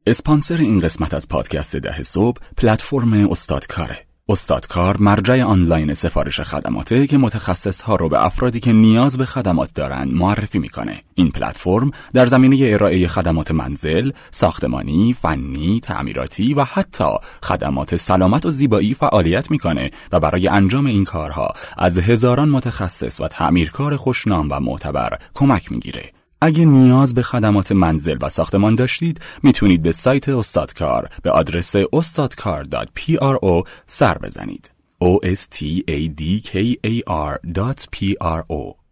اسپانسر این قسمت از پادکست 10 صبح پلتفرم استادکاره. استادکار مرجع آنلاین سفارش خدماته که متخصص‌ها رو به افرادی که نیاز به خدمات دارن معرفی میکنه. این پلتفرم در زمینه ارائه خدمات منزل، ساختمانی، فنی، تعمیراتی و حتی خدمات سلامت و زیبایی فعالیت میکنه و برای انجام این کارها از هزاران متخصص و تعمیرکار خوشنام و معتبر کمک میگیره. اگه نیاز به خدمات منزل و ساختمان داشتید میتونید به سایت استادکار به آدرس ustadkar.pro سر بزنید. ostadkar.pro.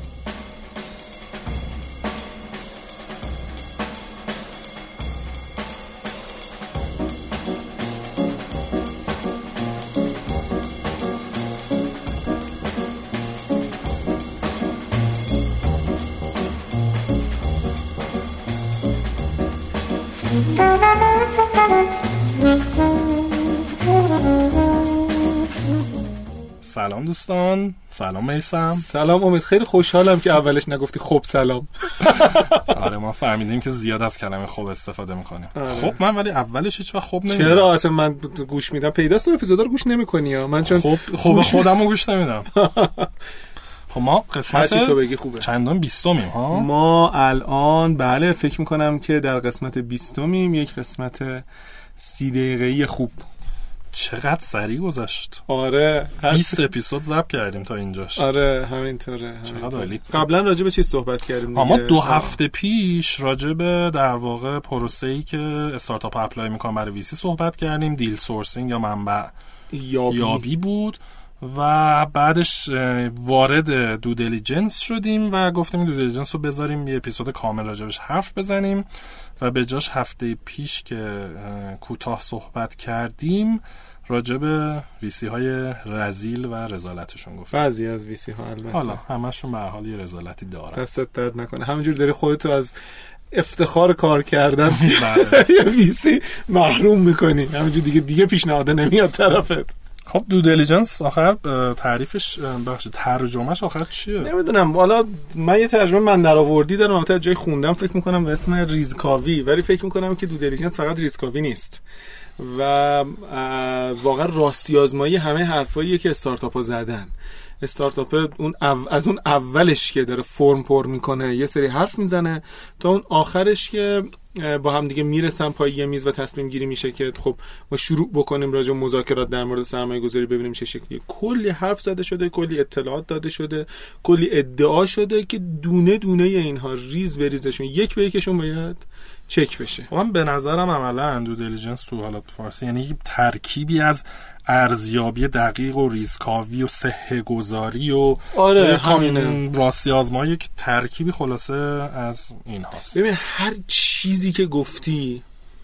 سلام دوستان، سلام میثم. سلام امید، خیلی خوشحالم که اولش نگفتی خب سلام. آره ما فهمیدیم که زیاد از کلمه خوب استفاده میکنیم. خب من ولی اولش هیچ وقت خوب نمیدم. چرا؟ اصلا من گوش میدم، پیداست تو اپیزودا رو گوش نمیکنی ها. من چون خوب خودمو گوش نمیدم. خب ما قسمت تو بگی خوبه. چندم 20میم ها؟ ما الان بله فکر میکنم که در قسمت 20میم، یک قسمت 30 دقیقه‌ای خوب. چقدر سریع گذشت. آره 20 اپیزود ضبط کردیم تا اینجاش. آره همینطوره. چقدر عالی. قبلا راجع به چی صحبت کردیم دیگه؟ ما 2 هفته پیش راجع به در واقع پروسه‌ای که استارتاپ اپلای میکنن برای ویسی صحبت کردیم. دیل سورسینگ یا منبع یابی بود و بعدش وارد دو دیلیجنس شدیم و گفتیم دو دیلیجنس رو بذاریم یه اپیزود کامل راجبش حرف بزنیم و به جاش هفته پیش که کوتاه صحبت کردیم راجب ویسی های رذیل و رذالتشون گفتیم. بعضی از ویسی ها البته، حالا همشون به هر حال یه رذالتی دارن. دستت درد نکنه. همینجور داری خودتو از افتخار کار کردن یه ویسی محروم میکنی، همینجور دیگه پیشنهاد نمیاد طرفت. خب دو دیلیجنس آخر تعریفش ترجمهش آخر چیه؟ نمیدونم، حالا من یه ترجمه من درآوردی دارم، البته جای خوندم فکر میکنم به اسم ریزکاوی، ولی فکر میکنم که دو دیلیجنس فقط ریزکاوی نیست و واقعا راستی آزمایی همه حرفاییه که استارتاپ‌ها زدن. استارتاپ از اون اولش که داره فرم پر میکنه یه سری حرف میزنه تا اون آخرش که با هم دیگه میرسن پای یه میز و تصمیم گیری میشه که خب ما شروع بکنیم راجع به مذاکرات در مورد سرمایه گذاری، ببینیم چه شکلیه. کلی حرف زده شده، کلی اطلاعات داده شده، کلی ادعا شده که دونه دونه اینها ریز به ریزشون یک به یکشون باید چک بشه. من به نظرم عملا دو دیلیجنس تو حالت فارسی یعنی ترکیبی از ارزیابی دقیق و ریزکاوی و صحه گذاری و آره همینه، راستی آزمایی، یک ترکیبی خلاصه از این هاست. ببین هر چیزی که گفتی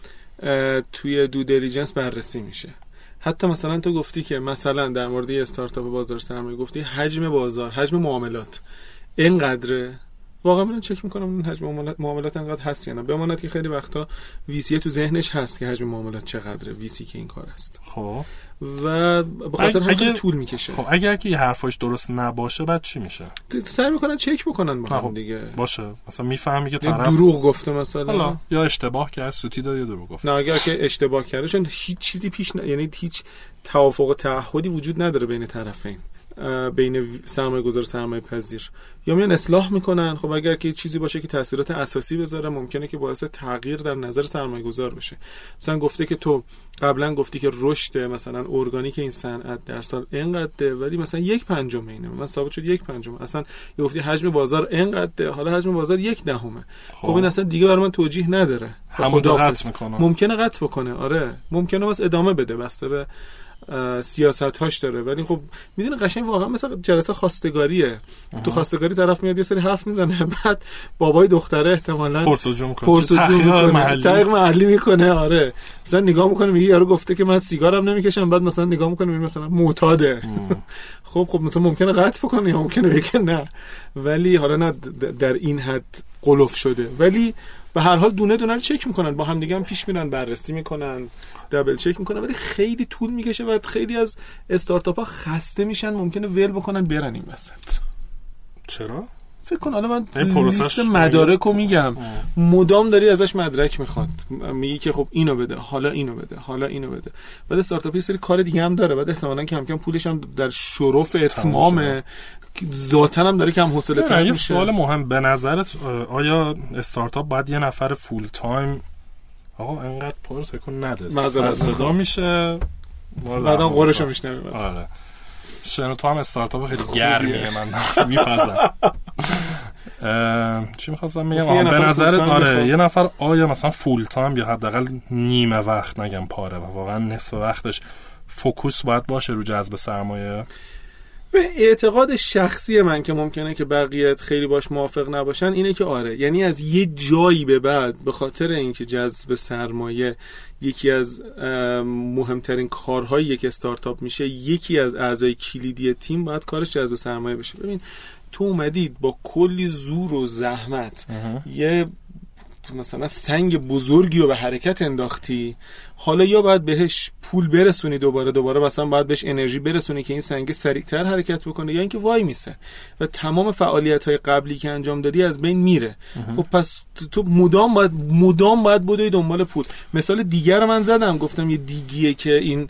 توی دو دیلیجنس بررسی میشه. حتی مثلا تو گفتی که مثلا در مورد استارتاپ بازار سرمایه گفتی حجم بازار، حجم معاملات اینقدره، واقعا من چک میکنم این حجم معاملات انقدر هست یا نه. بماند که خیلی وقتا ویسی تو ذهنش هست که حجم معاملات چقدره، ویسی که این کار است. خب و به خاطر همین طول میکشه. خب اگر که حرفاش درست نباشه بعد چی میشه؟ سعی میکنن چک بکنن با هم دیگه. باشه مثلا میفهمی که طرف دروغ گفته مثلا، حالا یا اشتباه کرد، سوتی داد یا دروغ گفت. نه اگر که اشتباه کرده، چون هیچ چیزی یعنی هیچ توافق تعهدی وجود نداره بین طرفین، بین سرمایه گذار و سرمایه پذیر. یا میان اصلاح میکنن. خب اگر که چیزی باشه که تاثیرات اساسی بذاره ممکنه که باعث تغییر در نظر سرمایه گذار بشه. مثلا گفته که تو قبلا گفتی که رشد مثلا ارگانیک این صنعت در سال اینقدره ولی مثلا 1/5 اینه، من ثابت شد 1/5. اصلا گفتی حجم بازار اینقدره، حالا حجم بازار 1/10. خب این اصلا دیگه برای من توجیه نداره، همونجا قطع میکنه. ممکنه قطع بکنه، آره ممکنه واسه ادامه بده بسته به سیاست‌هاش داره. ولی خب میدونی قشنگ واقعا مثلا جلسه خواستگاریه. تو خواستگاری طرف میاد یه سری حرف میزنه، بعد بابای دختره احتمالاً پرسجو میکنه، تحقیق محلی میکنه. آره مثلا نگاه میکنه میگه یارو گفته که من سیگارم نمیکشم، بعد مثلا نگاه میکنه میگه مثلا معتاده. خب مثلا ممکنه قطع بکنه یا ممکنه بگه نه، ولی حالا نه در این حد قلف شده. ولی به هر حال دونه دونه رو چک میکنن، با هم دیگه هم پیش میرن، بررسی میکنن، دابل چک میکنن، ولی خیلی طول میکشه و خیلی از استارتاپ ها خسته میشن، ممکنه ول بکنن برن این وسط. چرا؟ فکر کن حالا من لیست مدارکو میگم، مدام داری ازش مدرک میخواد، میگی که خب اینو بده، حالا اینو بده، حالا اینو بده. بعد استارتاپ یه سری کار دیگه هم داره، بعد احتمالاً کم کم پولش هم در شرف اتمامه، ذاتاً هم داره کم حوصله تر میشه. یه سوال مهم، به نظرت آیا استارتاپ باید یه نفر فول تایم آقا انقدر پر تکون نده صدا میشه بعدم قرشو میشنویم؟ آره شنو تو هم استارتاپ خیلی گرمیه، من میپذیرم. چی می‌خواستم بگم؟ به نظرت آره یه نفر آیا مثلا فول تایم یا حداقل نیمه وقت، نگم پاره، و واقعا نصف وقتش فوکوس باید باشه رو جذب سرمایه؟ به اعتقاد شخصی من که ممکنه که بقیه خیلی باش موافق نباشن اینه که آره، یعنی از یه جایی به بعد به خاطر اینکه جذب سرمایه یکی از مهمترین کارهای یک استارتاپ میشه، یکی از اعضای کلیدی تیم باید کارش جذب سرمایه بشه. ببین تو اومدید با کلی زور و زحمت یه مثلا سنگ بزرگی رو به حرکت انداختی، حالا یا باید بهش پول برسونی دوباره مثلا باید بهش انرژی برسونی که این سنگ سریعتر حرکت بکنه، یا اینکه وای میسه و تمام فعالیت‌های قبلی که انجام دادی از بین میره. خب پس تو مدام باید بدوی دنبال پول. مثال دیگر رو من زدم، گفتم یه دیگیه که این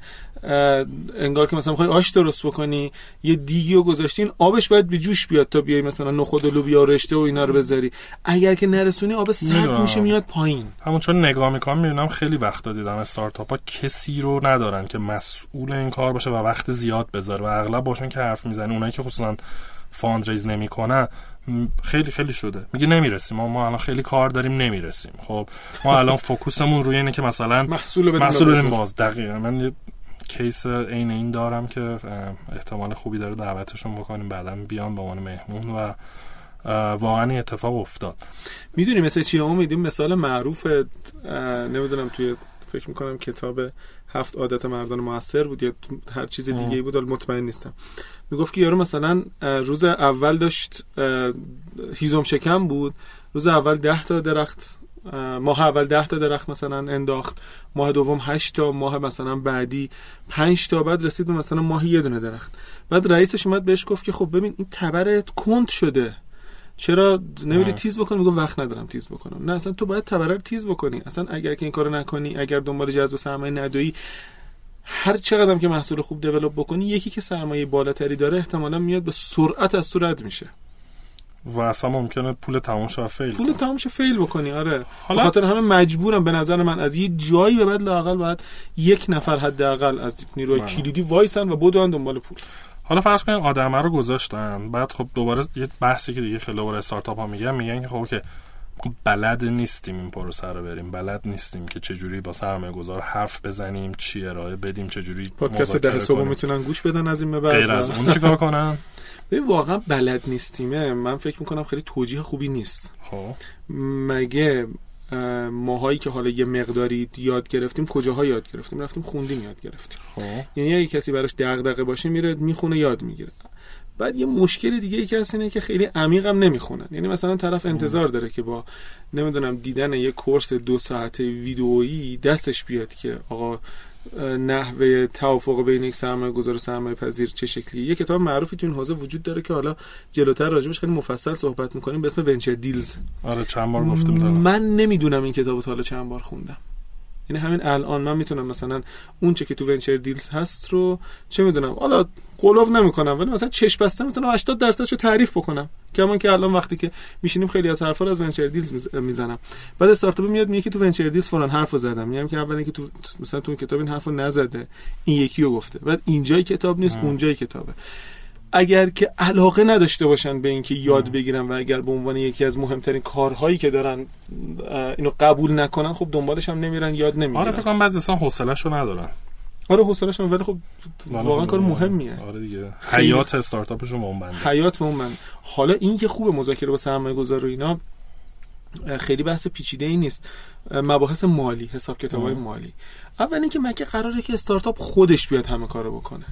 انگار که مثلا می‌خوای آش درست بکنی، یه دیگی رو گذاشتین، آبش باید به جوش بیاد تا بیای مثلا نخود و لوبیا رشته و اینا رو بذاری، اگر که نرسونی آب سرد میشه میاد پایین. همون چون نگاه میکنم میبینم خیلی وقتا دیدم استارتاپ‌ها کسی رو ندارن که مسئول این کار باشه و وقت زیاد بذاره، و اغلب باشون که حرف میزنی اونایی که خصوصا فاندریز نمیکنن خیلی شده، میگه نمیرسیم، ما الان خیلی کار داریم نمیرسیم. خب ما الان فوکوسمون روی اینه که مثلا محصول بدیم باز. دقیقاً من یه کیس عین این دارم که احتمال خوبی داره دعوتشون بکنیم بعداً بیان به عنوان مهمون و واقعا این اتفاق افتاد. میدونی مثل چیه؟ میدیم مثال معروف، نمیدونم توی فکر میکنم کتاب 7 عادت مردان موثر بود یا هر چیز دیگه بود، مطمئن نیستم. میگفت که یارو مثلا روز اول داشت هیزم شکم بود، روز اول 10 تا درخت، ماه اول 10 تا درخت مثلا انداخت، ماه دوم 8 تا، ماه مثلا بعدی 5 تا، بعد رسید به مثلا ماهی یه دونه درخت. بعد رئیسش اومد بهش گفت که خب ببین این تبرت کند شده، چرا نمیری تیز بکنی؟ میگه وقت ندارم تیز بکنم. نه اصلا تو باید تبره رو تیز بکنی. اصلا اگر که این کارو نکنی، اگر دنبال جذب سرمایه ندوی، هر چقدرم که محصول خوب دیولپ بکنی، یکی که سرمایه بالاتری داره احتمالاً میاد به سرعت از تو رد میشه و اصلا ممکنه پول تموم شه فیل بکنی. آره به خاطر همه مجبورم به نظر من از یه جایی به بعد لااقل باید یک نفر حداقل از نیروی کلیدی وایسن و بدون دنبال پول. حالا فرض کنید آدمه رو گذاشتن، بعد خب دوباره یه بحثی که دیگه خیلی دوباره استارتاپ ها میگن که خب که بلد نیستیم این پروسه رو بریم، بلد نیستیم که چجوری با سرمایه‌گذار حرف بزنیم، چی ارائه بدیم، چجوری پادکست ده صبح میتونن گوش بدن از این به بعد، غیر از اون چیکار کنن؟ ببین واقعا بلد نیستیمه، من فکر میکنم خیلی توجیه خوبی نیست. خب مگه ماهایی که حالا یه مقداری یاد گرفتیم کجاها یاد گرفتیم؟ رفتیم خوندیم یاد گرفتیم. یعنی اگه کسی براش دغدغه باشه میره میخونه یاد میگیره. بعد یه مشکل دیگه ای که هست اینه که خیلی عمیقم نمیخونن. یعنی مثلا طرف انتظار داره که با نمیدونم دیدن یه کورس 2 ساعته ویدئویی دستش بیاد که آقا نحوه توافق بین یک سرمایه‌گذار و سرمایه‌پذیر چه شکلیه. یه کتاب معروفی تو این حوزه وجود داره که حالا جلوتر راجبش خیلی مفصل صحبت می‌کنیم به اسم ونچر دیلز. آره چند بار گفتم دارم. من نمیدونم این کتابو تا حالا چند بار خوندم. یعنی همین الان من میتونم مثلا اون چه که تو ونچر دیلز هست رو چه میدونم، حالا قلوف نمیکنم ولی مثلا چشم بسته میتونم 80% رو تعریف بکنم. کمان که الان وقتی که میشینیم خیلی از حرفا رو از ونچر دیلز میزنم. بعد استارتاپ میاد میگه که تو ونچر دیلز فلان حرفو زدم، میگم که اولی که تو مثلا تو کتاب این حرفو نزده، این یکی رو گفته. بعد اینجای کتاب نیست اونجای کتابه. اگر که علاقه نداشته باشن به اینکه یاد بگیرن و اگر به عنوان یکی از مهمترین کارهایی که دارن اینو قبول نکنن، خب دنبالش هم نمیرن، یاد نمیگیرن. آره فکر کنم بعضی اصلا حوصله‌شو ندارن. آره حوصله‌شون، ولی خب واقعا کار مهمیه. آره دیگه حیات استارتاپشون به اون بنده. حیات به اون بنده. حالا این که خوبه مذاکره با سرمایه‌گذار و اینا خیلی بحث پیچیده‌ای نیست. مباحث مالی، حساب کتابای مالی. اول اینکه مگه قراره که استارتاپ خودش بیاد همه کارو بکنه؟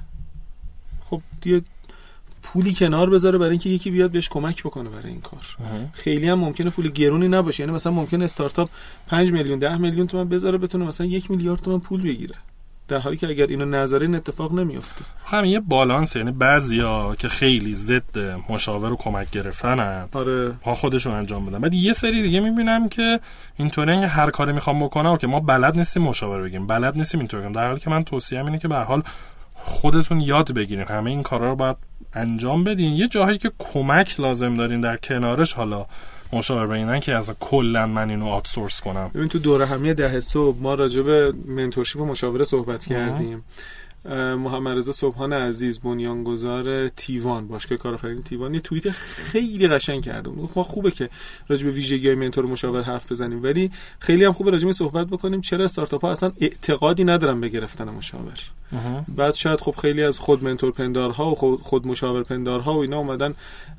خب دیگه پولی کنار بذاره برای اینکه یکی بیاد بهش کمک بکنه برای این کار. خیلی هم ممکنه پول گرونی نباشه. یعنی مثلا ممکنه استارتاپ 5 میلیون 10 میلیون تومان بذاره بتونه مثلا 1 میلیارد تومان پول بگیره. در حالی که اگر اینو نذاره این اتفاق نمیفته. همین یه بالانس، یعنی بعضیا که خیلی ضد مشاور و کمک گرفتنن، آره، ها خودشون انجام بدن. بعد یه سری دیگه میبینم که اینطوری که هر کاری میخوام بکنم که ما بلد نیستیم مشاور بگیم، بلد نیستیم اینطوری کنیم، در حالی که من توصیه‌ام اینه که به هر حال خودتون یاد بگیرین، همه این کارا رو باید انجام بدین. یه جاهایی که کمک لازم دارین در کنارش حالا مشاور بگیرن که از کلا من اینو آوتسورس کنم. ببین تو دوره همی 10 صبح ما راجع به منتورشیپ و مشاوره صحبت کردیم. محمد رضا صبحان عزیز، بنیانگذار تیوان، باشگاه کارآفرینی تیوان، یه توییت خیلی قشنگ کرده. ما خوبه که راجع به ویژگی‌های منتور و مشاور حرف بزنیم، ولی خیلی هم خوبه راجع به صحبت بکنیم چرا استارتاپ‌ها اصلا اعتقادی ندارن به گرفتن مشاور. بعد شاید خب خیلی از خود منتور پندارها و خود مشاور پندارها و اینا اومدن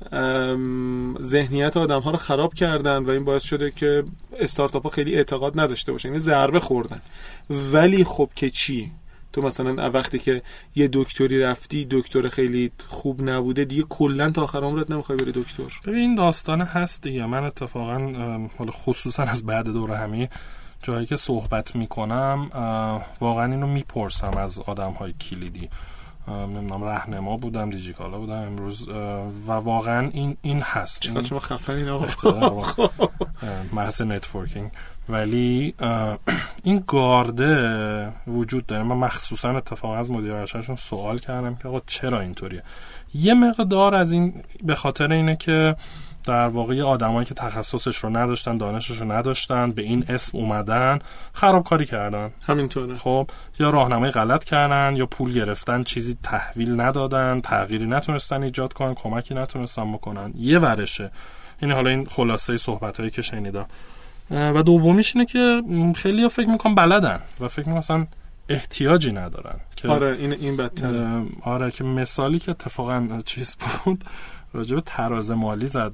ذهنیت آدم‌ها رو خراب کردن و این باعث شده که استارتاپ‌ها خیلی اعتقاد نداشته باشن، یعنی ضربه خوردن. ولی خب که چی؟ تو مثلا وقتی که یه دکتری رفتی دکتر خیلی خوب نبوده دیگه کلا تا آخر عمرت نمیخوای بری دکتر. ببین این داستانه هست دیگه. من اتفاقا حالا خصوصا از بعد دوره همی جایی که صحبت میکنم واقعا اینو میپرسم از آدم‌های کلیدی، نمیدونم راهنما بودم، دیجیکالا بودم امروز و واقعا این هست. چقدر شما خفنین آقا. محض نتورکینگ. ولی این گارده وجود داره. من مخصوصا اتفاقا از مدیر ارشدشون سوال کردم که آقا چرا اینطوریه. یه مقدار از این به خاطر اینه که در واقع آدمایی که تخصصش رو نداشتن، دانشش رو نداشتن، به این اسم اومدن خرابکاری کردن. همینطوره. خب یا راهنمای غلط کردن یا پول گرفتن، چیزی تحویل ندادن، تغییری نتونستن ایجاد کنن، کمکی نتونستن بکنن. یه ورشه. این حالا این خلاصه صحبتایی که شنیدم. و دومیش اینه که خیلی‌ها فکر می‌کنن بلدن و فکر می‌کنن اصلا احتیاجی ندارن. که آره این بدتره. آره که مثالی که اتفاقا چیز بود راجع به تراز مالی زد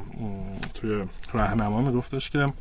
توی راهنما، میگفتش که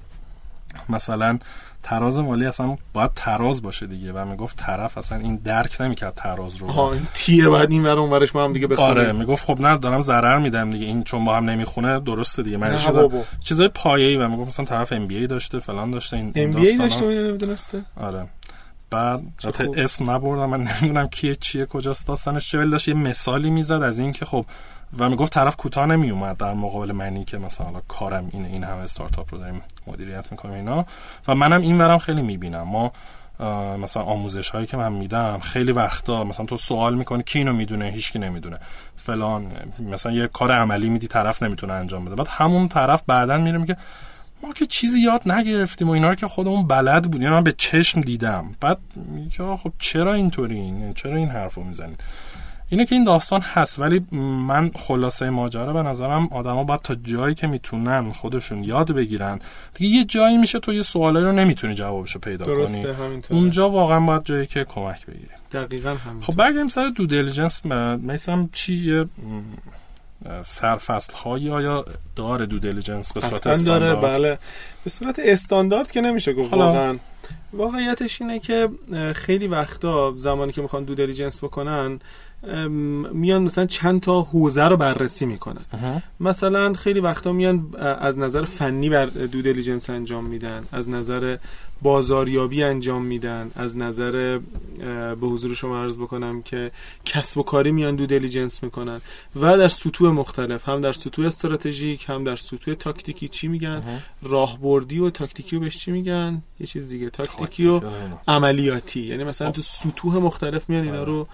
مثلا تراز مالی اصلا باید تراز باشه دیگه و میگفت طرف اصلا این درک نمیکرد تراز رو. این تیه بعد این ور اون ورش با هم دیگه بخونه. آره میگفت خب نه دارم ضرر میدم دیگه، این چون با هم نمیخونه درسته دیگه. من چیزای پایه‌ای و میگفت مثلا طرف ام بی ای داشته فلان داشته، این ام بی ای داشته اینو نمیدونسته. آره بعد اسم نبردم، من نمیدونم کیه چیه کجاست داستانش چه، ولی داشت یه مثالی میزد از این که خب و میگفت طرف کوتاه نمی اومد در مقابل منی که مثلا کارم این همه استارتاپ رو داریم مدیریت میکنیم اینا. و منم این ورم خیلی میبینم. ما مثلا آموزش هایی که من میدم خیلی وقتا مثلا تو سوال میکنی کی اینو میدونه، هیچکی نمیدونه فلان، مثلا یه کار عملی میدی طرف نمیتونه انجام بده، بعد همون طرف بعدن میره میگه ما که چیزی یاد نگرفتیم و اینا رو که خودمون بلد بودیم، من به چشم دیدم. بعد میگه خب چرا اینطوری، چرا این حرفو میزنید؟ اینه که این داستان هست. ولی من خلاصه ماجرا به نظرم آدما باید تا جایی که میتونن خودشون یاد بگیرن دیگه. یه جایی میشه تو یه سوالی رو نمیتونی جوابشو پیدا کنی، اونجا واقعا باید جایی که کمک بگیری. دقیقاً همین. خب برگردیم سر دو دیلیجنس. مثلا چیه سرفصل هایی آیا داره دو دیلیجنس به صورت استاندارد؟ داره، بله. به صورت استاندارد که نمیشه گفت. واقعا واقعیتش اینه که خیلی وقتا زمانی که میخوان دو دیلیجنس بکنن میان مثلا چند تا حوزه رو بررسی میکنن. مثلا خیلی وقتا میان از نظر فنی بر دو دیلیجنس انجام میدن، از نظر بازاریابی انجام میدن، از نظر به حضور شما عرض بکنم که کسب و کاری میان دو دیلیجنس میکنن و در سطوح مختلف، هم در سطوح استراتژیک هم در سطوح تاکتیکی. چی میگن؟ راهبردی و تاکتیکی رو بهش چی میگن؟ یه چیز دیگه، تاکتیکی و عملیاتی. یعنی مثلا تو سطوح مختلف میان اینا رو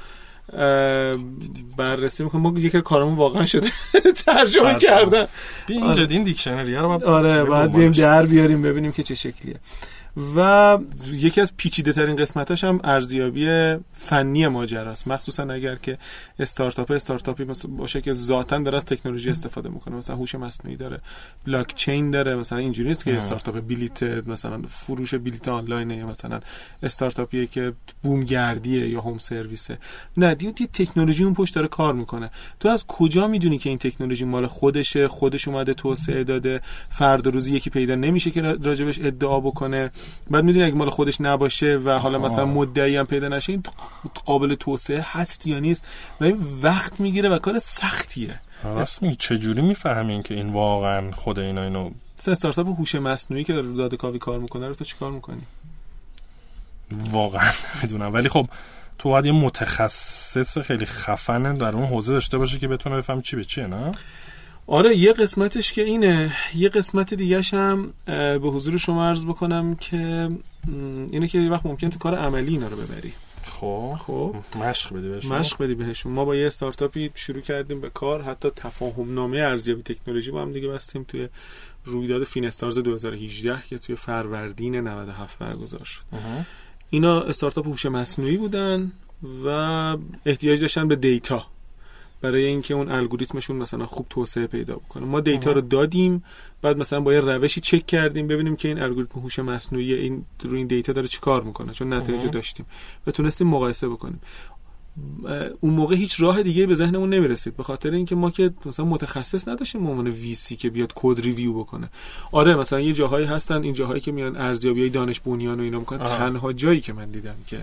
بررسی میکنم. ما یکی کارمون واقعا شده ترجمه کردن. این جدین دیکشنری رو بعد بریم در بیاریم ببینیم که چه شکلیه. و یکی از پیچیده ترین قسمتاش هم ارزیابی فنی ماجراست، مخصوصا اگر که استارتاپی باشه که ذاتاً داره از تکنولوژی استفاده میکنه، مثلا هوش مصنوعی داره، بلاک چین داره. مثلا اینجوری نیست که استارتاپ بلیت مثلا فروش بلیت آنلاینه یا مثلا استارتاپیه که بوم گردیه یا هوم سرویسه. نه، دیگه تکنولوژی اون پشت داره کار میکنه. تو از کجا میدونی که این تکنولوژی مال خودشه، خودش اومده توسعه داده، فردا روزی یکی پیدا نمیشه که راجبش ادعا بکنه؟ بعد میدونی اگه مال خودش نباشه و حالا مثلا مدعی هم پیدا نشه، این قابل توسعه هست یا نیست؟ و این وقت میگیره و کار سختیه. راست چجوری میفهمین که این واقعا خود اینو مثلا استارتاپ هوش مصنوعی که داره داده کاوی کار میکنه رو تو چیکار میکنی؟ واقعا نمیدونم، ولی خب تو باید یه متخصص خیلی خفن در اون حوزه داشته باشه که بتونه بفهم چی به چیه، نه؟ آره یه قسمتش که اینه، یه قسمت دیگه‌ش هم به حضور شما عرض بکنم که اینه که یه وقت ممکن تو کار عملی اینا رو ببری. خب مشق بدی بهشون. ما با یه استارتاپی شروع کردیم به کار، حتی تفاهم نامه ارزیابی تکنولوژی با هم دیگه بستیم توی رویداد فینستارز 2018 که توی فروردین 97 برگزار شد. اینا استارتاپ هوش مصنوعی بودن و احتیاج داشتن به دیتا برای اینکه اون الگوریتمشون مثلا خوب توسعه پیدا بکنه. ما دیتا رو دادیم، بعد مثلا با یه روشی چک کردیم ببینیم که این الگوریتم هوش مصنوعی این رو این دیتا داره چیکار میکنه، چون نتایج داشتیم و تونستیم مقایسه بکنیم. اون موقع هیچ راه دیگه به ذهنمون نمیرسید، به خاطر اینکه ما که مثلا متخصص نداشتیم به عنوان وی سی که بیاد کد ریویو بکنه. آره مثلا یه جاهایی هستن، این جاهایی که میان ارزیابیای دانش بنیان و اینا میکنن، تنها جایی که من دیدم که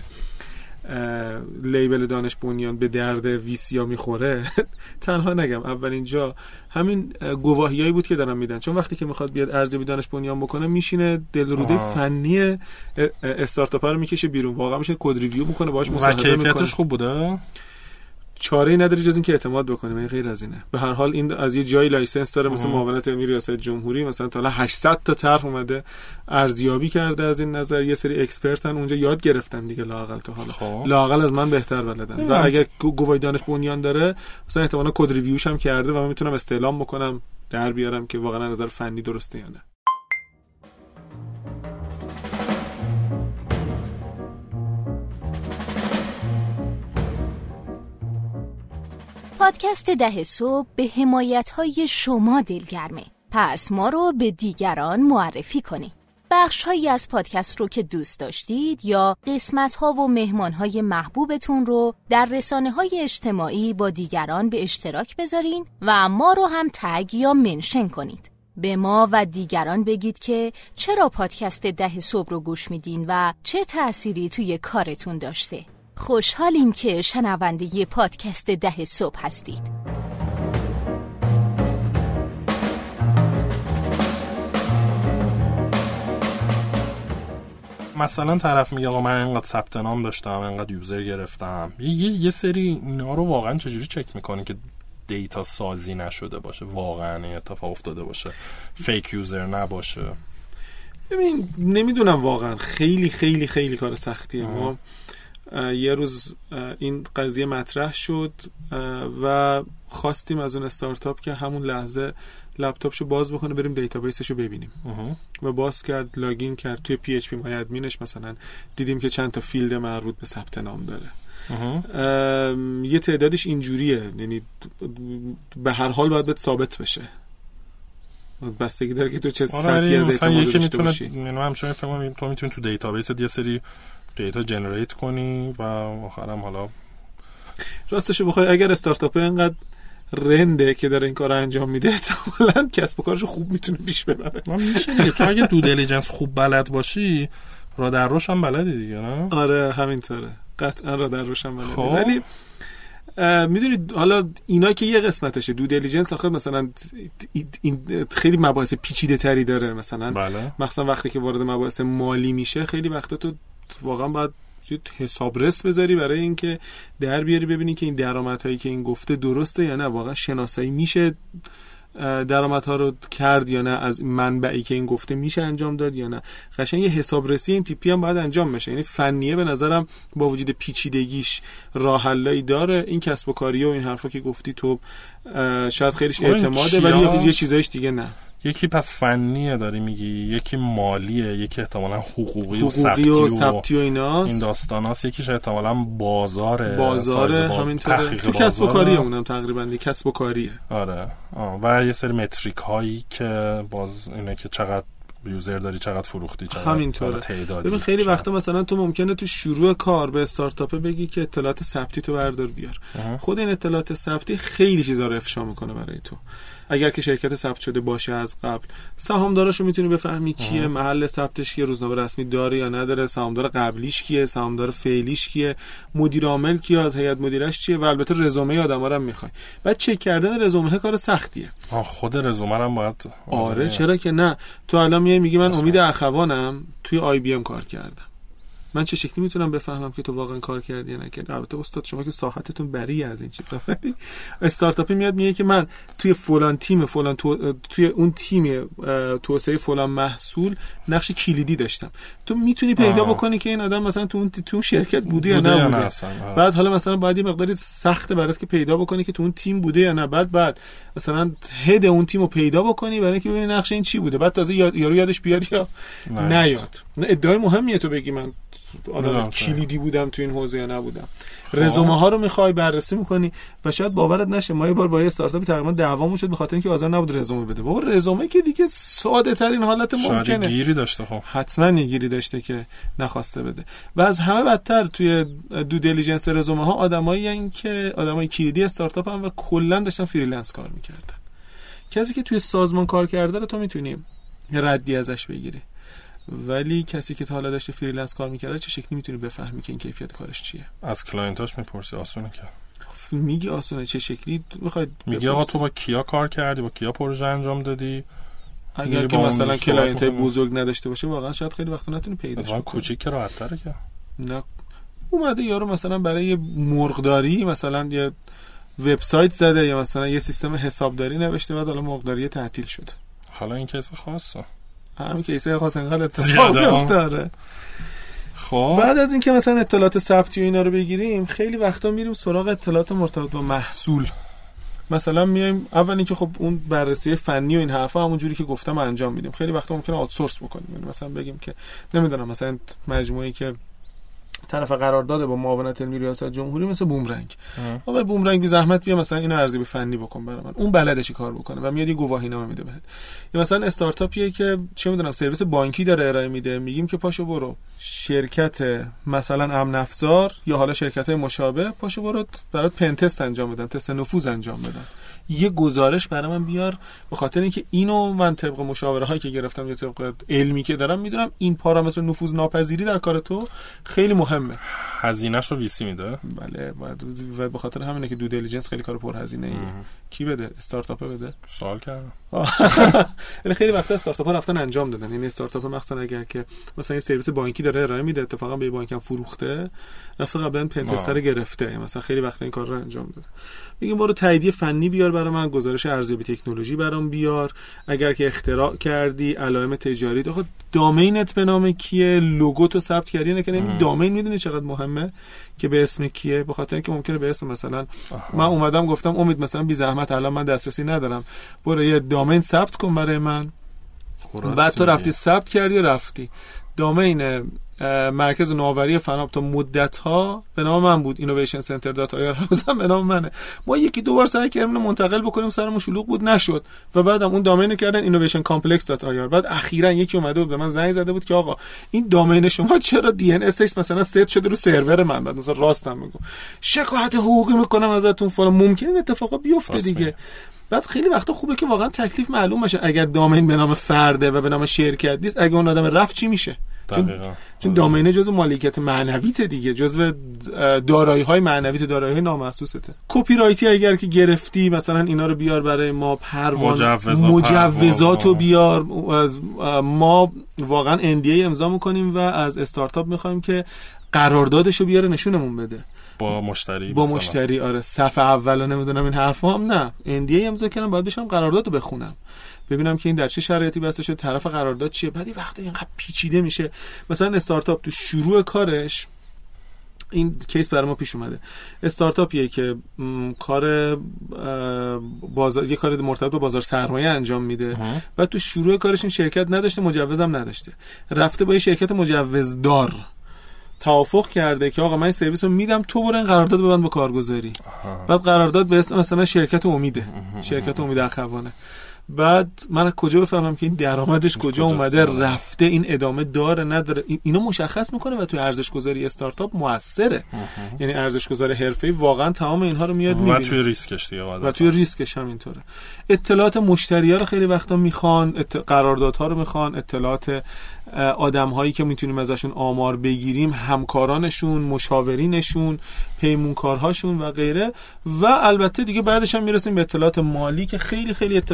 لیبل دانش بنیان به درد ویسیا میخوره تنها نگم اولین جا همین گواهیایی بود که دارن میدن، چون وقتی که میخواد بیاد ارزیابی دانش بنیان بکنه میشینه دلروده فنی استارتاپ رو میکشه بیرون، واقعا میشه کد ریویو میکنه، باهاش مصاحبه میکنه. کیفیتش خوب بوده؟ چاره‌ای نداری جز این که اعتماد بکنیم، این غیر از اینه. به هر حال این از یه جای لایسنس داره، مثلا معاونت علمی ریاست جمهوری مثلا تا الان 800 تا طرح اومده ارزیابی کرده از این نظر، یه سری اکسپرتن اونجا یاد گرفتن دیگه، لااقل تا حالا لااقل از من بهتر بلدن. و اگر گواهی دانش بنیان داره مثلا احتمالاً کد ریویوش هم کرده و من میتونم استعلام بکنم در بیارم که واقعا از نظر فنی درسته یا نه. پادکست 10 صبح به حمایت‌های شما دلگرمه. پس ما رو به دیگران معرفی کنید. بخش‌هایی از پادکست رو که دوست داشتید یا قسمت‌ها و مهمان‌های محبوبتون رو در رسانه‌های اجتماعی با دیگران به اشتراک بذارین و ما رو هم تگ یا منشن کنید. به ما و دیگران بگید که چرا پادکست 10 صبح رو گوش میدین و چه تأثیری توی کارتون داشته. خوشحالیم که شنونده پادکست 10 صبح هستید. مثلا طرف میگه آقا من اینقدر ثبت نام داشتم، اینقدر یوزر گرفتم، یه سری اینا رو واقعا چجوری چک میکنی که دیتا سازی نشده باشه، واقعا اتفاق افتاده باشه، فیک یوزر نباشه؟ ببین نمیدونم، واقعا خیلی خیلی خیلی کار سختیه. ما یه روز این قضیه مطرح شد و خواستیم از اون استارتاپ که همون لحظه لپتاپشو باز بکنه بریم دیتابیسشو ببینیم و باز کرد، لاگین کرد توی پی اچ پی مای ادمینش، مثلا دیدیم که چند تا فیلد مربوط به ثبت نام داره. یه تعدادش اینجوریه، یعنی به هر حال باید بهت ثابت بشه، بستگی داره که تو چه سطحی از اعتماد داشته باشی. من همچنین فهمیدم تو میتونی تو دیتابیس یه سری دیتا جنریت کنی و آخرام حالا راستش بخوای اگر استارتاپ اینقدر رنده که داره این کار انجام میده احتمالاً کسب و کارشو خوب میتونه پیش ببره. میشه دیگه، تو اگه دو دیلیجنس خوب بلد باشی را در روش هم بلدی دیگه، نه؟ آره همینطوره، قطعا را در روش هم بلدی. ولی میدونید حالا اینا که یه قسمتشه، دو دیلیجنس آخه مثلا این خیلی مباحث پیچیده تری داره، مثلا مثلا وقتی که وارد مباحث مالی میشه خیلی وقتا تو واقعا باید حسابرس بذاری برای اینکه در بیاری ببینی که این درآمدهایی که این گفته درسته یا نه، واقعا شناسایی میشه درآمدها رو کرد یا نه، از منبعی که این گفته میشه انجام داد یا نه. قشنگ یه حسابرسی این تیپی هم باید انجام بشه. یعنی فنیه به نظرم با وجود پیچیدگیش راه حلایی داره. این کسب و کاریه و این حرفا که گفتی تو شاید خیلیش اعتماده ولی یه چیزایش دیگه نه. یکی پس فنیه داری میگی، یکی مالیه، یکی احتمالاً حقوقی و ثبتی و ایناست، این داستاناست، یکیش احتمالاً بازاره همینطوره. تو کسب و کاریه اونم تقریبا دی کسب و کاریه. آره و یه سری متریک هایی که باز اینه که چقدر یوزر داری، چقدر فروختی، چقدر تعدادی. ببین خیلی وقتا مثلا تو ممکنه تو شروع کار به استارتاپ بگی که اطلاعات ثبتی تو بردار بیار. خود این اطلاعات ثبتی خیلی چیزا رو افشا میکنه برای تو. اگر که شرکت ثبت شده باشه از قبل، سهامداراشو میتونی بفهمی کیه، محل ثبتش کیه، روزنامه رسمی داره یا نداره، سهامدار قبلیش کیه، سهامدار فعلیش کیه، مدیر عامل کیه، از هیئت مدیرش چیه، و البته رزومه آدما رو هم میخوای. بعد چک کردن رزومه کار سختیه. خود رزومه هم باید آره چرا که نه. تو الان میگی من امید اخوانم توی آی بی ام کار کردم، من چه شکلی میتونم بفهمم که تو واقعا کار کردی یا نکردی؟ البته استاد شما که ساحتتون بریه از این چیزا، ولی استارتاپی میاد میگه که من توی فلان تیم فلان توی اون تیم توسعه فلان محصول نقش کلیدی داشتم. تو میتونی پیدا بکنی که این آدم مثلا تو اون شرکت بوده یا نبوده. بعد حالا مثلا باید یه مقداری سخته برات که پیدا بکنی که تو اون تیم بوده یا نه. بعد مثلا هد اون تیمو پیدا بکنی برای اینکه ببینی نقش این چی بوده. بعد تازه یارو یادش بیاد یا نیاد. نه ادعای مهمیه تو بگی من آدم کلیدی بودم تو این حوزه یا نبودم. رزومه ها رو میخوای بررسی میکنی و شاید باورت نشه ما یه بار با یه استارتاپ تقریبا دعوامون شد به خاطر اینکه آذر نبود رزومه بده. بابا رزومه که دیگه ساده ترین حالت ممکنه. شاید گیری داشته. خب حتما گیری داشته که نخواسته بده. و از همه بدتر توی دو دیلیجنس رزومه ها آدمایی که آدمای کلیدی استارتاپ هم و کلا داشتن فریلنس کار میکردن. کسی که توی سازمان کار کرده رو تو میتونی ردی ازش بگیری، ولی کسی که تا حالا داشته فریلنس کار میکرده چه شکلی میتونی بفهمی که این کیفیت کارش چیه؟ از کلاینتاش میپرسی. آسونه که میگی آسونه، چه شکلی میخواد میگی آقا تو با کیا کار کردی، با کیا پروژه انجام دادی. اگر که مثلا کلاینتای بزرگ نداشته باشه واقعا شاید خیلی وقتا نتونی پیداش کنی. کوچیک که راحت تره که نه. اومده یارو مثلا برای مرغداری مثلا یه وبسایت زده یا مثلا یه سیستم حسابداری نوشته بعد حالا مرغداری تعطیل شده. حالا این کیس خاصه، همین کیسه خاص انقدر اتفاق میفته. خب بعد از اینکه مثلا اطلاعات ثبتی و اینا رو بگیریم خیلی وقتا میریم سراغ اطلاعات مرتبط با محصول. مثلا میایم اول اینکه خب اون بررسی فنی و این حرفا همون جوری که گفتم انجام میدیم. خیلی وقتا ممکنه آوتسورس بکنیم، یعنی مثلا بگیم که نمیدونم مثلا مجموعه‌ای که طرف قرارداد با معاونت علمی ریاست جمهوری مثل بومرنگ، آقا بومرنگ بی زحمت بیا مثلا اینو ارزیابی فنی بکن برای من. اون بلده چی کار بکنه و میاد یه گواهینامه میده بهت. یا مثلا استارتاپیه که چه میدونم سرویس بانکی داره ارائه میده، میگیم که پاشو برو شرکت مثلا امن افزار یا حالا شرکت‌های مشابه پاشو برو برات پن تست انجام بدن، تست نفوذ انجام بدن. یه گزارش برای من بیار، به خاطر اینکه اینو من طبق مشاوره هایی که گرفتم یا طبق علمی که دارم میدونم این پارامتر نفوذ ناپذیری در کار تو خیلی مهمه. هزینه‌شو ویسی میده. بله و به خاطر همینه که دو دیلیجنس خیلی کار پرهزینه ایه. کی بده؟ استارتاپ بده. سوال کردم. خیلی وقتا استارتاپ‌ها رفتن انجام دادن. یعنی استارتاپ مثلا اگر که مثلا یه سرویس بانکی داره ارائه میده، اتفاقا به بانک هم فروخته، رفته قبلا پن تستر گرفته، مثلا خیلی وقتا این کار رو انجام داده. میگیم برو تایید فنی بیار برای من، گزارش ارزیابی تکنولوژی برام بیار، اگر که اختراع کردی علائم تجاری تو خود دامینت به نام کیه، لوگو تو ثبت کردی نکنه. این دامین میدونی چقدر مهمه که به اسم کیه؟ به خاطر اینکه ممکنه به اسم مثلا من اومدم گفتم امید مثلا بی زحمت الان من دسترسی ندارم برو یه دامین ثبت کن برای من، بعد تو رفتی ثبت کردی رفتی دامین مرکز نوآوری فناب تا مدت‌ها به نام من بود، اینویشن سنتر دات آی آر هم به نام منه. ما یکی دو بار سعی کردیم منتقل بکنیم سرمون شلوغ بود نشد و بعدم اون دامین کردن اینویشن کامپلکس دات آی آر. بعد اخیراً یکی اومده بود به من زنگ زده بود که آقا این دامین شما چرا دی ان اس مثلا ست شده رو سرور من، بعد مثلا راستم میگم شکایت حقوقی میکنم ازتون فلان. ممکنه این اتفاقا بیفته دیگه. بعد خیلی وقتا خوبه که واقعا تکلیف معلوم باشه. اگر دامین به نام فرده و به نام شرکت نیست، اگه اون آدم رفت چی میشه؟ چون دامینه جزو مالکیت معنویته دیگه، جزو دارایی‌های معنویت، دارایی‌های نامحسوسته. کپی رایتی اگر که گرفتی مثلا اینا رو بیار برای ما، پروانه مجوزاتو بیار. ما واقعا NDA امضا می‌کنیم و از استارتاپ می‌خوایم که قراردادشو بیاره نشونمون بده با مشتری. آره صفحه اولو نمیدونم این حرفا هم نه، NDA امضا کردم باید بشم قراردادو بخونم ببینم که این در چه شرایطی بسته شده، طرف قرارداد چیه. بعدی وقتا اینقدر پیچیده میشه. مثلا استارتاپ تو شروع کارش این کیس برای ما پیش اومده. استارتاپیه که کار بازار، یه کار مرتبط با بازار سرمایه انجام میده. بعد تو شروع کارش این شرکت نداشته، مجوزم نداشته، رفته با یه شرکت مجوزدار توافق کرده که آقا من این سرویس رو میدم، تو برو این قرارداد ببند با کارگزاری. بعد قرارداد به اسم مثلا شرکت امیده، شرکت امید اخوانه. بعد من کجا بفهمم که این درآمدش کجا اومده رفته، این ادامه داره نداره؟ اینو مشخص میکنه و توی ارزش گذاری استارتاپ موثره. یعنی ارزش گذار حرفه‌ای واقعا تمام اینها رو میاد میبینه و توی ریسکش دیگه و توی ریسکش هم اینطوره. اطلاعات مشتری‌ها رو خیلی وقتا میخوان، قراردادها رو میخوان، اطلاعات آدم‌هایی که میتونیم ازشون آمار بگیریم، همکارانشون، مشاورینشون، پیمونکارهاشون و غیره. و البته دیگه بعدش هم میرسیم به اطلاعات مالی که خیلی خیلی اطلاعات مهم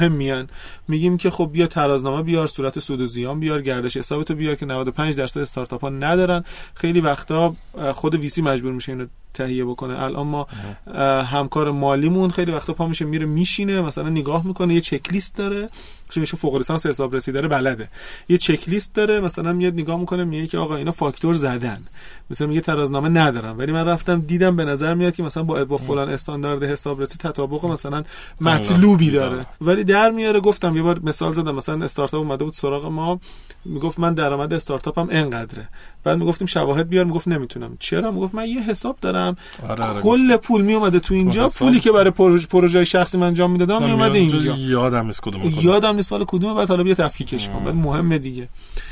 مهمیان. میگیم که خب بیا ترازنامه بیار، صورت سود و زیان بیار، گردش حسابتو بیار که 95% استارتاپ‌ها ندارن. خیلی وقتا خود ویسی مجبور میشه اینو تهیه بکنه. الان ما همکار مالیمون خیلی وقتا پا میشه میره میشینه مثلا نگاه میکنه، یه چک لیست داره، چون فوق لیسانس حسابرسی داره بلده، یه چک لیست داره، مثلا میاد نگاه میکنه میگه که آقا اینا فاکتور زدن، مثلا میگه ترازنامه ندارم ولی من رفتم دیدم به نظر میاد که مثلا با فلان استاندارد حسابرسی تطابق مثلا مطلوبی داره، ولی در میاره. گفتم یه بار مثال زدم، مثلا استارتاپ اومده بود سراغ ما میگفت من درآمد استارتاپم اینقدره، بعد میگفتیم شواهد بیار، میگفت نمیتونم. چرا؟ میگفت من یه حساب دارم کل پول میومده تو اینجا، پولی که برای پروژه شخصی من انجام میدادم میومده اینجا، یادم نیست کدومه، یادم نیست مال کدومه، بعد حالا بیا تفکیکش کن. بعد مهمه دیگه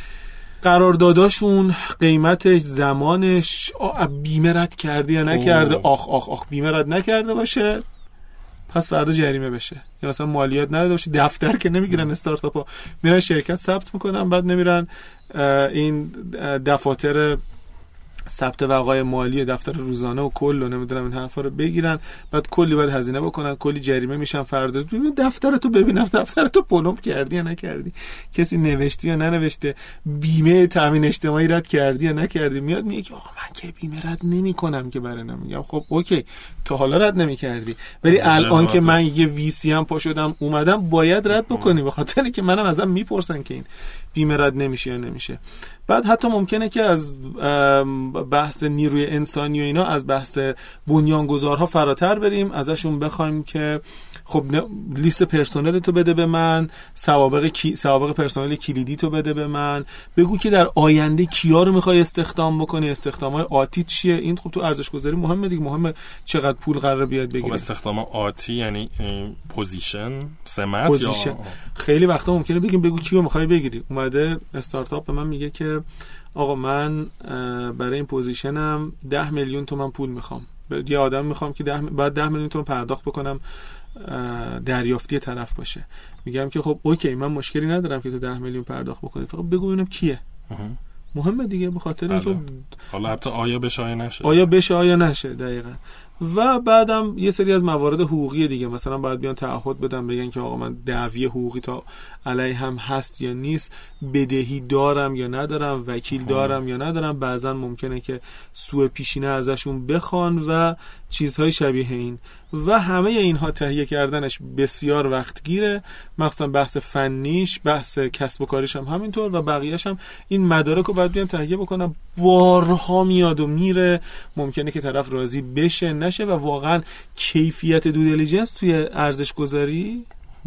قرارداداشون، قیمتش، زمانش، بیمه رد کردی یا نکرده، آخ بیمه رد نکرده باشه پس فردا جریمه بشه، یا مثلا مالیات نداده باشه، دفتر که نمیگیرن استارتاپ‌ها، میرن شرکت ثبت میکنن، بعد نمیرن این دفاتر ثبت وقایع مالی، دفتر روزانه و کل و نمیدونم این حرفا رو بگیرن، بعد کلی باید هزینه بکنن، کلی جریمه میشن. فردا ببین دفترتو ببینم، دفترتو پلم کردی یا نکردی، کسی نوشتی یا ننوشته، بیمه تامین اجتماعی رد کردی یا نکردی. میاد میگه که آقا من که بیمه رد نمیکنم که برای نمیگم خب اوکی تو حالا رد نمیکردی، ولی الان که من یه وی سی ام پا شدم اومدم باید رد بکنی، به خاطر اینکه منم ازم میپرسن که این بیمه رد نمیشه یا نمیشه. بعد حتی ممکنه که از بحث نیروی انسانی و اینا، از بحث بنیانگذارها فراتر بریم، ازشون بخوایم که خب لیست پرسنل تو بده به من، سوابق پرسنل کلیدی تو بده به من، بگو که در آینده کیا رو میخوای استخدام بکنی، استخدامای آتی چیه. این خب تو ارزش گذاری مهمه دیگه، مهمه چقدر پول قراره بیاد بگیری. خب استخدام آتی یعنی پوزیشن، سمت یا خیلی وقتا ممکنه بگیم بگو کیو میخوای بگیری. اومده استارتاپ به من میگه که آقا من برای این پوزیشنم 10 میلیون تومان پول میخوام، یه آدم میخوام که بعد 10 میلیون تومان پرداخت بکنم دریافتی طرف باشه. میگم که خب اوکی من مشکلی ندارم که تو 10 میلیون پرداخت بکنی، فقط بگو ببینم کیه. مهمه دیگه، به خاطر اینکه حالا البته آیا بشه آیا نشه، آیا بشه آیا نشه دقیقاً. و بعدم یه سری از موارد حقوقی دیگه، مثلا باید بیان تعهد بدن بگن که آقا من دعوی حقوقی تا علیه هم هست یا نیست، بدهی دارم یا ندارم، وکیل دارم یا ندارم. بعضا ممکنه که سوء پیشینه ازشون بخوان و چیزهای شبیه این، و همه اینها تهیه کردنش بسیار وقت گیره، مخصوصا بحث فنیش، بحث کسب و کاریش هم همینطور، و بقیه‌اش هم این مدارک رو باید بیان تهیه بکنن. بارها میاد و میره، ممکنه که طرف راضی بشه نشه، و واقعا کیفیت دو دیلیجنس توی ارزش گذاری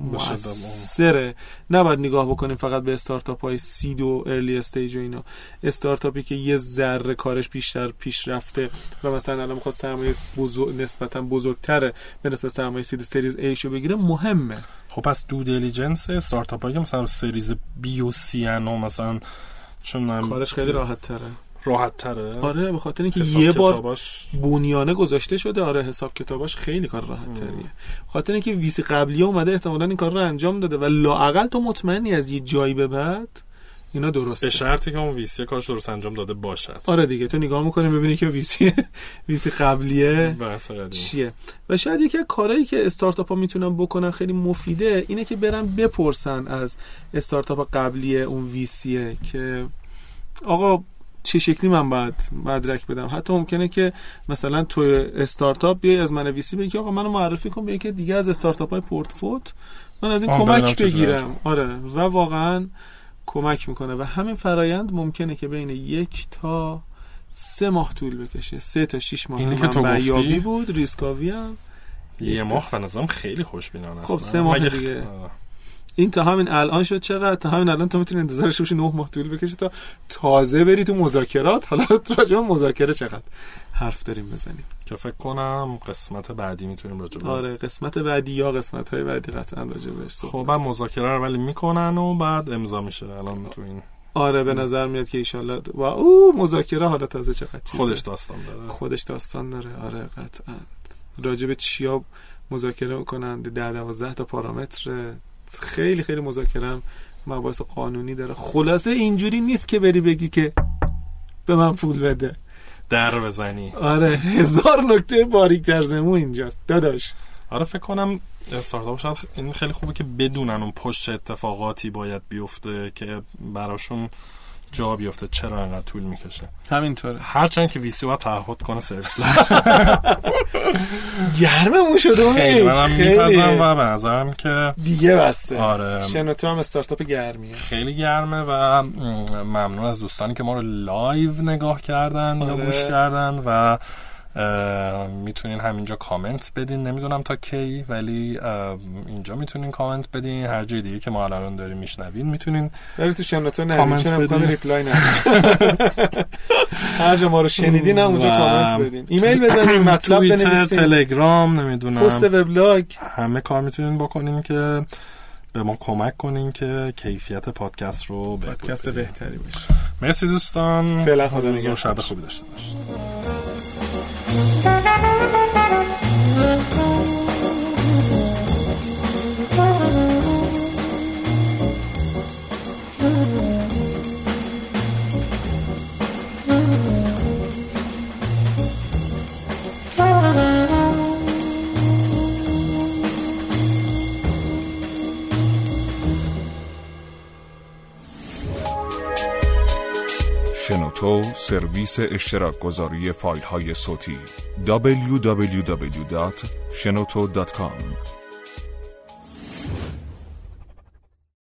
مؤثره. نباید نگاه بکنیم فقط به استارتاپ های سید و ارلی استیج و اینا. استارتاپی که یه ذره کارش پیش رفته و مثلا الان میخواد سرمایه نسبتا بزرگتره به نسبت سرمایه سید سریز A شو بگیره، مهمه. خب پس دو دیلیجنس استارتاپ هایی که مثلا سریز B و C و مثلا چون کارش خیلی راحت تره. آره، به خاطر اینکه یه بار بنیانه گذاشته شده. آره، حساب کتاباش خیلی کار راحت تریه. به خاطر اینکه ویسی قبلی اومده احتمالاً این کار رو انجام داده و لااقل تو مطمئنی از یه جایی به بعد اینا درسته، به شرطی که اون ویسی کارش درست انجام داده باشد. آره دیگه، تو نگاه می‌کنی ببینی که ویسی قبلیه چیه. و شاید یکی از کارهایی که استارتاپ‌ها میتونن بکنن خیلی مفیده اینه که برن بپرسن از استارتاپ قبلیه اون ویسیه که آقا چه شکلی من باید مدرک بدم. حتی ممکنه که مثلا تو استارتاپ بیای از من ویسی بگی آقا منو معرفی کن به یکی دیگه از استارتاپ‌های پورتفوت، من از این کمک بگیرم. آره، و واقعا کمک میکنه. و همین فرایند ممکنه که بین 1 تا 3 ماه طول بکشه. 3 تا 6 ماه اینی که تو بیابی بود، ریسکاوی هم 1 ماه به نظرم خیلی خوشبینانه است. خب 3 ماه دیگه. این تا همین الان شد چقدر؟ تا همین الان تو میتونی انتظارش باشی 9 ماه طول بکشه تا تازه بری تو مذاکرات. حالا راجع به مذاکره چقدر حرف داریم بزنیم که فکر کنم قسمت بعدی میتونیم راجع به آره قسمت بعدی یا قسمت‌های بعدی قطعا راجع بهش. خب بعد مذاکره رو ولی میکنن و بعد امضا میشه الان تو این. آره به نظر میاد که ان شاءالله و مذاکره حالا تازه چقدر چیزه. خودش داستان داره. آره قطعا راجع به چیا مذاکره میکنن، 10-12 تا پارامتر، خیلی خیلی مذاکره هم مباحث قانونی داره. خلاصه اینجوری نیست که بری بگی که به من پول بده در بزنی. آره 1000 نکته باریک‌تر زمو اینجاست داداش. آره فکر کنم استارتاپ شاید این خیلی خوبه که بدونن اون پشت اتفاقاتی باید بیفته که براشون جا بیفته، چرا انقدر طول میکشه. همینطوره. هرچند که ویسی باید تعهد کنه سرویس گرممون شده خیلی منم میپزم و به نظرم که دیگه بسته. آره شنوتو هم استارتاپ گرمیه، خیلی گرمه و ممنون از دوستانی که ما رو لایو نگاه کردن یا گوش کردن و میتونین همینجا کامنت بدین، نمیدونم تا کی ولی اینجا میتونین کامنت بدین. هر جای دیگه که ما الان داریم میشنوین میتونین ولی تو شنوتو کامنت بدین، ریپلای ندین. هر جا ما رو شنیدین اونجا کامنت بدین، ایمیل بزنین، مطلب بنویسین، توییتر، تلگرام، نمیدونم پست وبلاگ، همه کار میتونین بکنین که به ما کمک کنین که کیفیت پادکست رو پادکست بهتری بشه. مرسی دوستان، فعلا خدا نگهدار، شب خوبی داشته باشید. شنوتو سرویس اشتراک گذاری فایل های صوتی www.shenoto.com